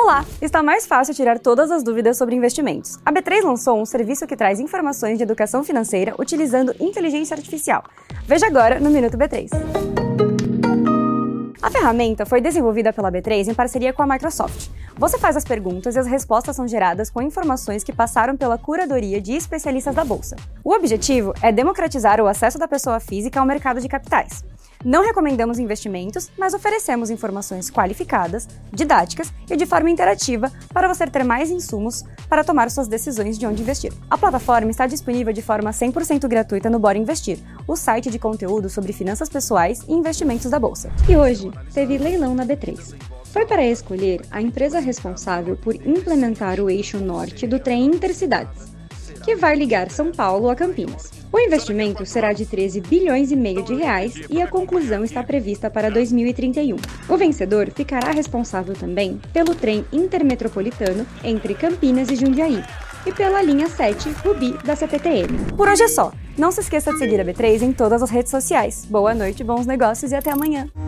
Olá! Está mais fácil tirar todas as dúvidas sobre investimentos. A B3 lançou um serviço que traz informações de educação financeira utilizando inteligência artificial. Veja agora no Minuto B3. A ferramenta foi desenvolvida pela B3 em parceria com a Microsoft. Você faz as perguntas e as respostas são geradas com informações que passaram pela curadoria de especialistas da Bolsa. O objetivo é democratizar o acesso da pessoa física ao mercado de capitais. Não recomendamos investimentos, mas oferecemos informações qualificadas, didáticas e de forma interativa para você ter mais insumos para tomar suas decisões de onde investir. A plataforma está disponível de forma 100% gratuita no Bora Investir, o site de conteúdo sobre finanças pessoais e investimentos da Bolsa. E hoje, teve leilão na B3. Foi para escolher a empresa responsável por implementar o eixo norte do trem Intercidades, que vai ligar São Paulo a Campinas. O investimento será de 13 bilhões e meio de reais e a conclusão está prevista para 2031. O vencedor ficará responsável também pelo trem intermetropolitano entre Campinas e Jundiaí e pela linha 7 Rubi da CPTM. Por hoje é só. Não se esqueça de seguir a B3 em todas as redes sociais. Boa noite, bons negócios e até amanhã!